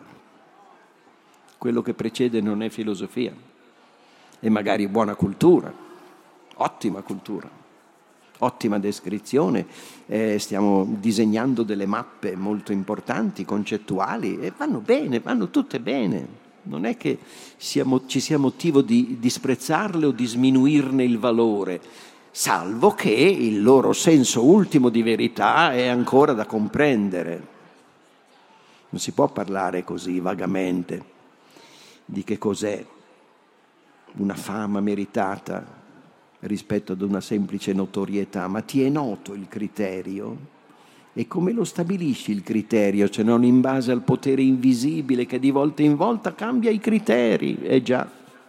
Quello che precede non è filosofia, è magari buona cultura, ottima cultura, ottima descrizione, eh, stiamo disegnando delle mappe molto importanti, concettuali, e vanno bene, vanno tutte bene. Non è che sia, ci sia motivo di disprezzarle o di sminuirne il valore, salvo che il loro senso ultimo di verità è ancora da comprendere. Non si può parlare così vagamente di che cos'è una fama meritata rispetto ad una semplice notorietà. Ma ti è noto il criterio? E come lo stabilisci il criterio, se non in base al potere invisibile che di volta in volta cambia i criteri? Eh già.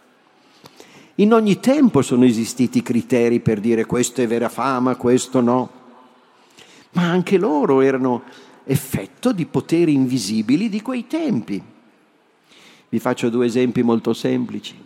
In ogni tempo sono esistiti criteri per dire: questo è vera fama, questo no. Ma anche loro erano effetto di poteri invisibili di quei tempi. Vi faccio due esempi molto semplici.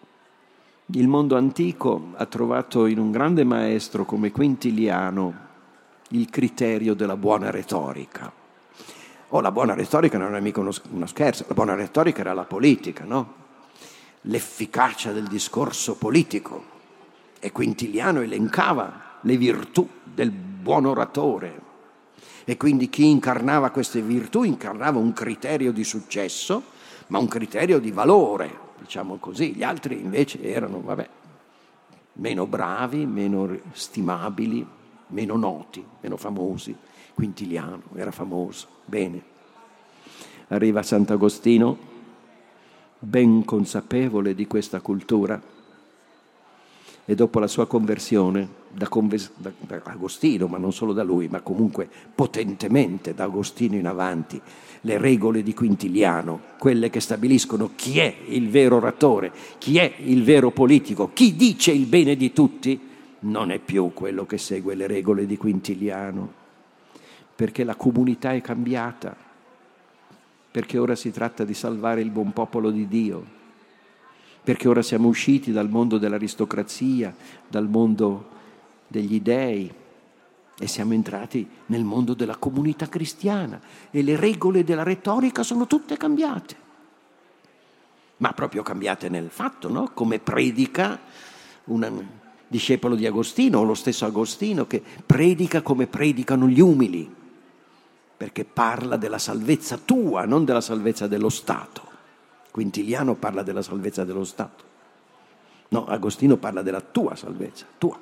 Il mondo antico ha trovato in un grande maestro come Quintiliano il criterio della buona retorica. Oh, la buona retorica non è mica uno, uno scherzo, la buona retorica era la politica, no? L'efficacia del discorso politico. E Quintiliano elencava le virtù del buon oratore. E quindi chi incarnava queste virtù incarnava un criterio di successo, ma un criterio di valore, diciamo così. Gli altri invece erano, vabbè, meno bravi, meno stimabili, meno noti, meno famosi. Quintiliano era famoso, bene. Arriva Sant'Agostino, ben consapevole di questa cultura, e dopo la sua conversione, da, conves- da, da Agostino, ma non solo da lui, ma comunque potentemente da Agostino in avanti, le regole di Quintiliano, quelle che stabiliscono chi è il vero oratore, chi è il vero politico, chi dice il bene di tutti, non è più quello che segue le regole di Quintiliano, perché la comunità è cambiata, perché ora si tratta di salvare il buon popolo di Dio, perché ora siamo usciti dal mondo dell'aristocrazia, dal mondo degli dei, e siamo entrati nel mondo della comunità cristiana, e le regole della retorica sono tutte cambiate, ma proprio cambiate nel fatto, no? Come predica un discepolo di Agostino, o lo stesso Agostino, che predica come predicano gli umili, perché parla della salvezza tua, non della salvezza dello Stato. Quintiliano parla della salvezza dello Stato. No, Agostino parla della tua salvezza, tua.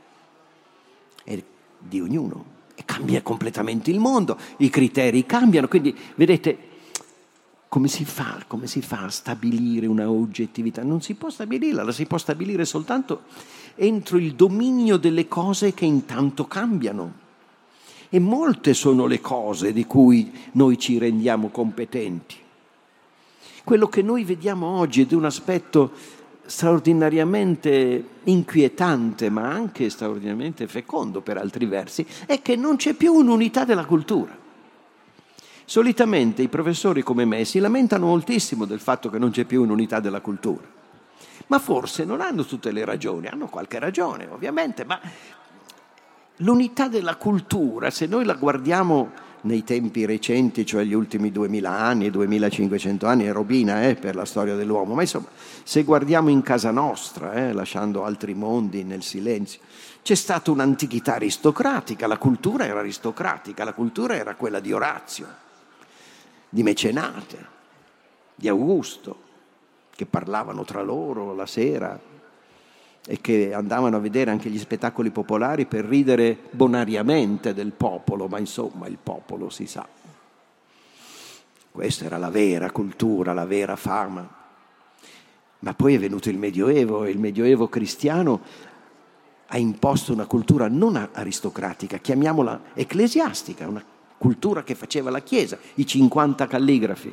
E di ognuno. E cambia completamente il mondo, i criteri cambiano. Quindi, vedete, come si fa, come si fa a stabilire una oggettività? Non si può stabilirla, la si può stabilire soltanto entro il dominio delle cose che intanto cambiano. E molte sono le cose di cui noi ci rendiamo competenti. Quello che noi vediamo oggi è di un aspetto straordinariamente inquietante, ma anche straordinariamente fecondo per altri versi, è che non c'è più un'unità della cultura. Solitamente i professori come me si lamentano moltissimo del fatto che non c'è più un'unità della cultura, ma forse non hanno tutte le ragioni, hanno qualche ragione ovviamente, ma l'unità della cultura, se noi la guardiamo nei tempi recenti, cioè gli ultimi duemila anni, duemilacinquecento anni, è robina eh, per la storia dell'uomo, ma insomma, se guardiamo in casa nostra, eh, lasciando altri mondi nel silenzio, c'è stata un'antichità aristocratica, la cultura era aristocratica, la cultura era quella di Orazio, di Mecenate, di Augusto, che parlavano tra loro la sera e che andavano a vedere anche gli spettacoli popolari per ridere bonariamente del popolo, ma insomma il popolo si sa. Questa era la vera cultura, la vera fama. Ma poi è venuto il Medioevo e il Medioevo cristiano ha imposto una cultura non aristocratica, chiamiamola ecclesiastica, una cultura che faceva la Chiesa, i cinquanta calligrafi.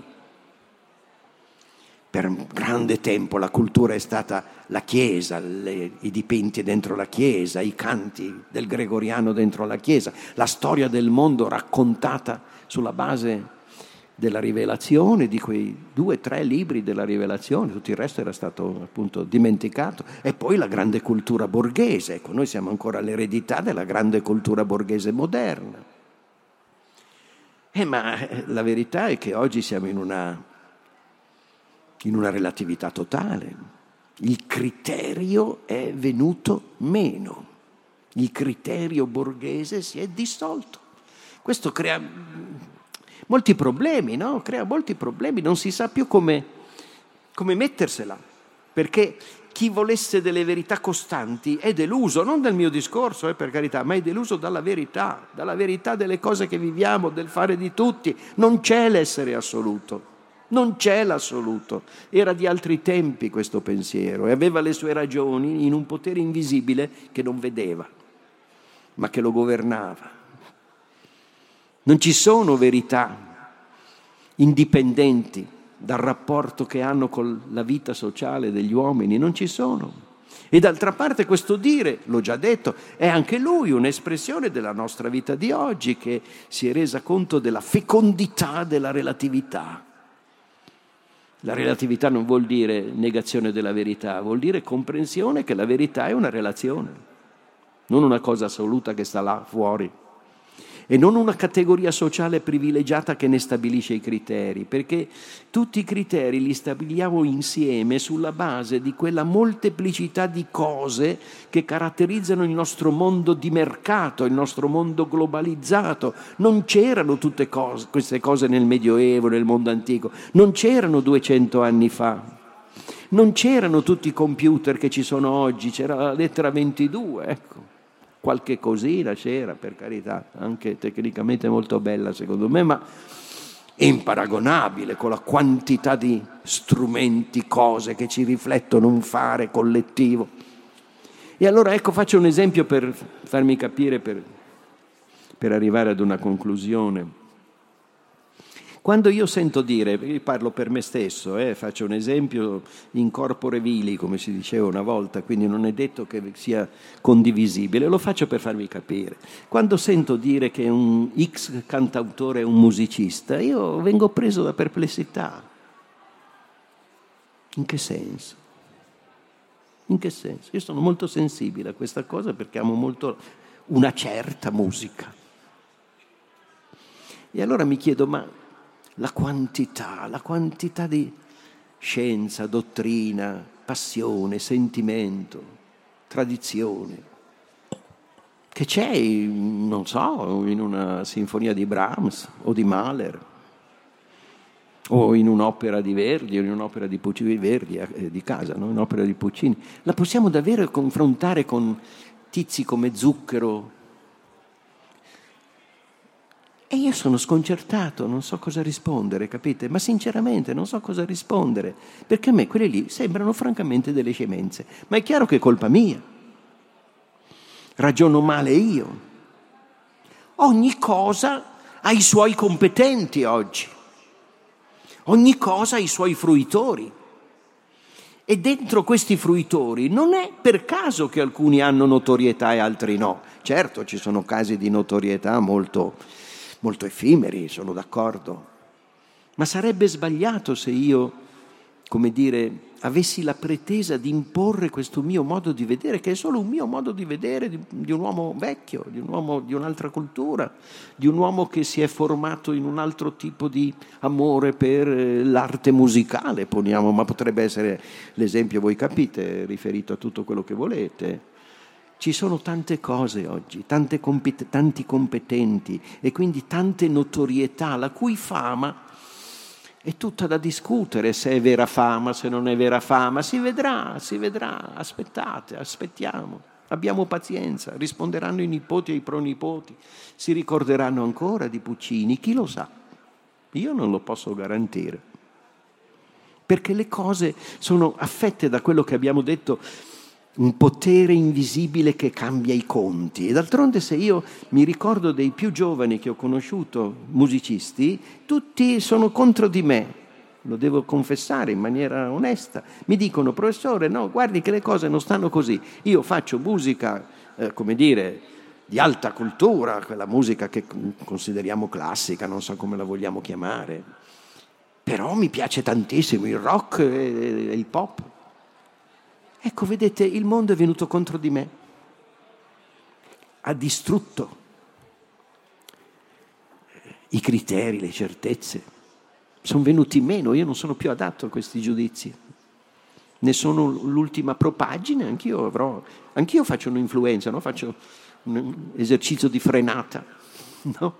Per un grande tempo la cultura è stata la Chiesa, le, i dipinti dentro la Chiesa, i canti del Gregoriano dentro la Chiesa, la storia del mondo raccontata sulla base della Rivelazione, di quei due o tre libri della Rivelazione, tutto il resto era stato appunto dimenticato. E poi la grande cultura borghese, ecco, noi siamo ancora all'eredità della grande cultura borghese moderna. Eh, ma la verità è che oggi siamo in una, in una relatività totale. Il criterio è venuto meno. Il criterio borghese si è dissolto. Questo crea molti problemi, no? Crea molti problemi. Non si sa più come, come mettersela, perché chi volesse delle verità costanti è deluso, non dal mio discorso, eh, per carità, ma è deluso dalla verità, dalla verità delle cose che viviamo, del fare di tutti. Non c'è l'essere assoluto, non c'è l'assoluto. Era di altri tempi questo pensiero e aveva le sue ragioni in un potere invisibile che non vedeva, ma che lo governava. Non ci sono verità indipendenti dal rapporto che hanno con la vita sociale degli uomini, non ci sono. E d'altra parte questo dire, l'ho già detto, è anche lui un'espressione della nostra vita di oggi, che si è resa conto della fecondità della relatività. La relatività non vuol dire negazione della verità, vuol dire comprensione che la verità è una relazione, non una cosa assoluta che sta là fuori. E non una categoria sociale privilegiata che ne stabilisce i criteri, perché tutti i criteri li stabiliamo insieme sulla base di quella molteplicità di cose che caratterizzano il nostro mondo di mercato, il nostro mondo globalizzato. Non c'erano tutte cose, queste cose nel Medioevo, nel mondo antico, non c'erano duecento anni fa, non c'erano tutti i computer che ci sono oggi, c'era la lettera ventidue, ecco. Qualche cosina c'era, per carità, anche tecnicamente molto bella secondo me, ma imparagonabile con la quantità di strumenti, cose che ci riflettono un fare collettivo. E allora ecco, faccio un esempio per farmi capire, per, per arrivare ad una conclusione. Quando io sento dire, io parlo per me stesso, eh, faccio un esempio in corpore vili, come si diceva una volta, quindi non è detto che sia condivisibile, lo faccio per farvi capire. Quando sento dire che un X cantautore è un musicista, io vengo preso da perplessità. In che senso? In che senso? Io sono molto sensibile a questa cosa perché amo molto una certa musica. E allora mi chiedo, ma la quantità, la quantità di scienza, dottrina, passione, sentimento, tradizione, che c'è, non so, in una sinfonia di Brahms o di Mahler, o in un'opera di Verdi, o in un'opera di Puccini, Verdi eh, di casa, no? Un'opera di Puccini. La possiamo davvero confrontare con tizi come Zucchero, E io sono sconcertato, non so cosa rispondere, capite? Ma sinceramente non so cosa rispondere, perché a me quelle lì sembrano francamente delle scemenze. Ma è chiaro che è colpa mia. Ragiono male io. Ogni cosa ha i suoi competenti oggi. Ogni cosa ha i suoi fruitori. E dentro questi fruitori non è per caso che alcuni hanno notorietà e altri no. Certo, ci sono casi di notorietà molto, molto effimeri, sono d'accordo. Ma sarebbe sbagliato se io, come dire, avessi la pretesa di imporre questo mio modo di vedere, che è solo un mio modo di vedere di, di un uomo vecchio, di un uomo di un'altra cultura, di un uomo che si è formato in un altro tipo di amore per l'arte musicale, poniamo, ma potrebbe essere l'esempio, voi capite, riferito a tutto quello che volete. Ci sono tante cose oggi, tante compet- tanti competenti e quindi tante notorietà, la cui fama è tutta da discutere, se è vera fama, se non è vera fama. Si vedrà, si vedrà. Aspettate, aspettiamo. Abbiamo pazienza. Risponderanno i nipoti e i pronipoti. Si ricorderanno ancora di Puccini. Chi lo sa? Io non lo posso garantire. Perché le cose sono affette da quello che abbiamo detto, un potere invisibile che cambia i conti. E d'altronde, se io mi ricordo dei più giovani che ho conosciuto, musicisti, tutti sono contro di me, lo devo confessare in maniera onesta. Mi dicono: professore, no, guardi che le cose non stanno così. Io faccio musica, eh, come dire, di alta cultura, quella musica che consideriamo classica, non so come la vogliamo chiamare, però mi piace tantissimo il rock e, e il pop. Ecco, vedete, il mondo è venuto contro di me, ha distrutto i criteri, le certezze, sono venuti meno, io non sono più adatto a questi giudizi, ne sono l'ultima propagine, anch'io avrò, anch'io faccio un'influenza, no? Faccio un esercizio di frenata, no?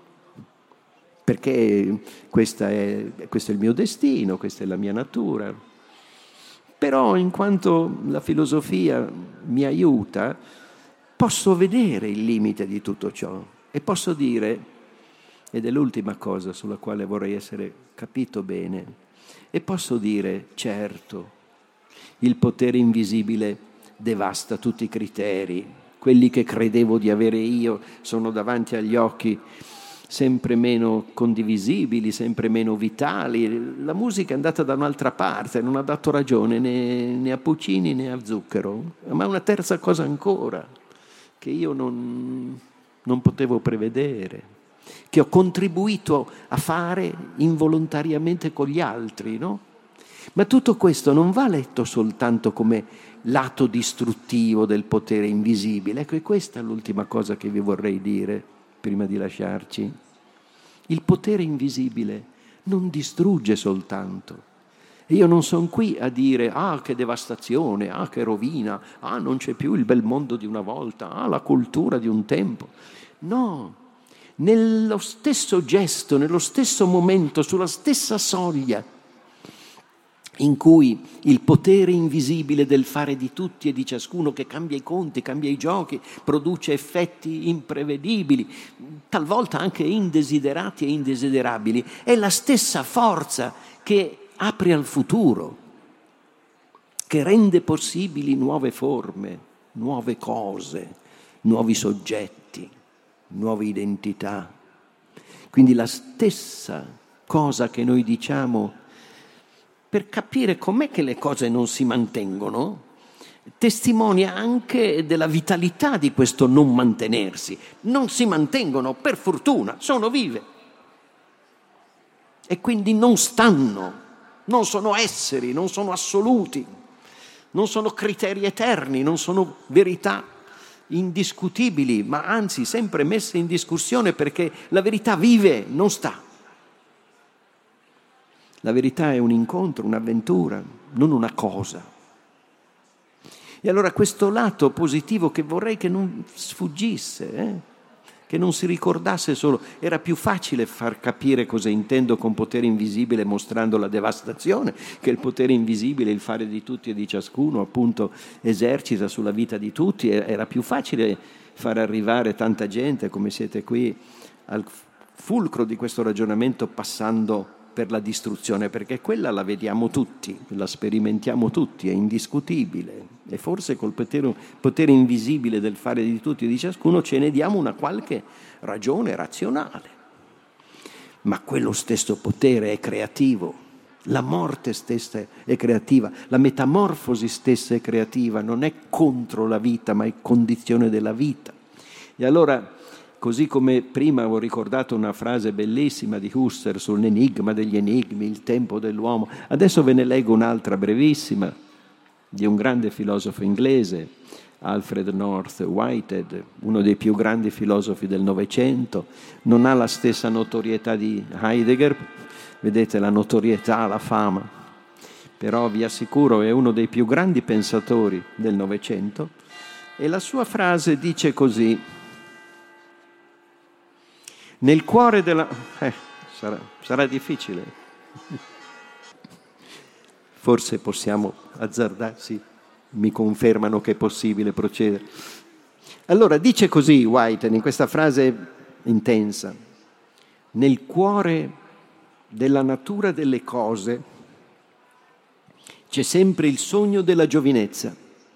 Perché questa è, questo è il mio destino, questa è la mia natura. Però in quanto la filosofia mi aiuta, posso vedere il limite di tutto ciò e posso dire, ed è l'ultima cosa sulla quale vorrei essere capito bene, e posso dire: certo, il potere invisibile devasta tutti i criteri, quelli che credevo di avere io sono davanti agli occhi sempre meno condivisibili, sempre meno vitali. La musica è andata da un'altra parte, non ha dato ragione né, né a Puccini né a Zucchero, ma una terza cosa ancora che io non, non potevo prevedere, che ho contribuito a fare involontariamente con gli altri, no? Ma tutto questo non va letto soltanto come lato distruttivo del potere invisibile. Ecco, e questa è l'ultima cosa che vi vorrei dire prima di lasciarci. Il potere invisibile non distrugge soltanto. E io non sono qui a dire: ah, che devastazione, ah, che rovina, ah, non c'è più il bel mondo di una volta, ah, la cultura di un tempo. No, nello stesso gesto, nello stesso momento, sulla stessa soglia in cui il potere invisibile del fare di tutti e di ciascuno, che cambia i conti, cambia i giochi, produce effetti imprevedibili, talvolta anche indesiderati e indesiderabili, è la stessa forza che apre al futuro, che rende possibili nuove forme, nuove cose, nuovi soggetti, nuove identità. Quindi la stessa cosa che noi diciamo per capire com'è che le cose non si mantengono, testimonia anche della vitalità di questo non mantenersi. Non si mantengono, per fortuna, sono vive. E quindi non stanno, non sono esseri, non sono assoluti, non sono criteri eterni, non sono verità indiscutibili, ma anzi sempre messe in discussione, perché la verità vive, non sta. La verità è un incontro, un'avventura, non una cosa. E allora questo lato positivo che vorrei che non sfuggisse, eh? che non si ricordasse solo. Era più facile far capire cosa intendo con potere invisibile mostrando la devastazione, che il potere invisibile, il fare di tutti e di ciascuno, appunto, esercita sulla vita di tutti. Era più facile far arrivare tanta gente come siete qui al fulcro di questo ragionamento passando per la distruzione, perché quella la vediamo tutti, la sperimentiamo tutti, è indiscutibile, e forse col potere, potere invisibile del fare di tutti e di ciascuno ce ne diamo una qualche ragione razionale. Ma quello stesso potere è creativo, la morte stessa è creativa, la metamorfosi stessa è creativa, non è contro la vita, ma è condizione della vita. E allora, così come prima avevo ricordato una frase bellissima di Husserl sull'enigma degli enigmi, il tempo dell'uomo, adesso ve ne leggo un'altra brevissima di un grande filosofo inglese, Alfred North Whitehead, uno dei più grandi filosofi del Novecento. Non ha la stessa notorietà di Heidegger, vedete la notorietà, la fama, però vi assicuro è uno dei più grandi pensatori del Novecento, e la sua frase dice così: nel cuore della... Eh, sarà, sarà difficile. Forse possiamo azzardarsi, mi confermano che è possibile procedere. Allora, dice così Whitehead, in questa frase intensa: nel cuore della natura delle cose c'è sempre il sogno della giovinezza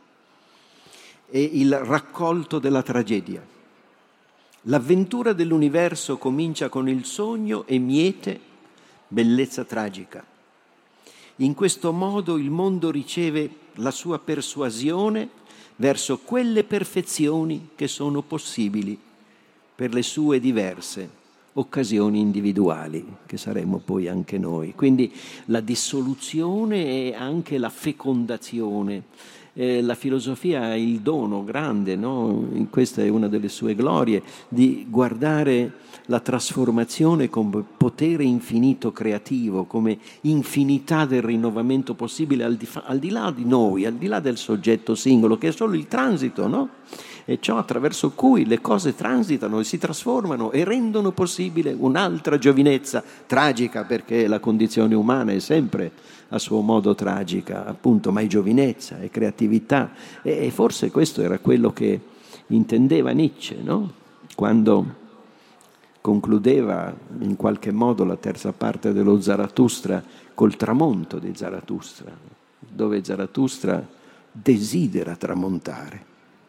e il raccolto della tragedia. L'avventura dell'universo comincia con il sogno e miete bellezza tragica. In questo modo il mondo riceve la sua persuasione verso quelle perfezioni che sono possibili per le sue diverse occasioni individuali, che saremo poi anche noi. Quindi la dissoluzione e anche la fecondazione. Eh, la filosofia ha il dono grande, no? Questa è una delle sue glorie, di guardare la trasformazione come potere infinito creativo, come infinità del rinnovamento possibile al di, fa, al di là di noi, al di là del soggetto singolo, che è solo il transito, no? E ciò attraverso cui le cose transitano e si trasformano e rendono possibile un'altra giovinezza tragica, perché la condizione umana è sempre a suo modo tragica, appunto, ma è giovinezza, è creatività. E forse questo era quello che intendeva Nietzsche, no? Quando concludeva in qualche modo la terza parte dello Zarathustra col tramonto di Zarathustra, dove Zarathustra desidera tramontare.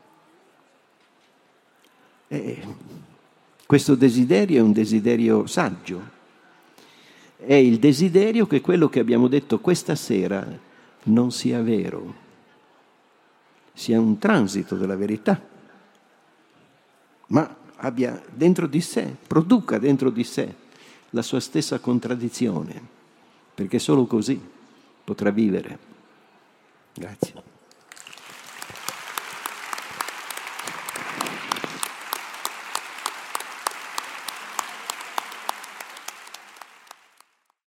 E questo desiderio è un desiderio saggio, è il desiderio che quello che abbiamo detto questa sera non sia vero, sia un transito della verità, ma abbia dentro di sé, produca dentro di sé la sua stessa contraddizione, perché solo così potrà vivere. Grazie.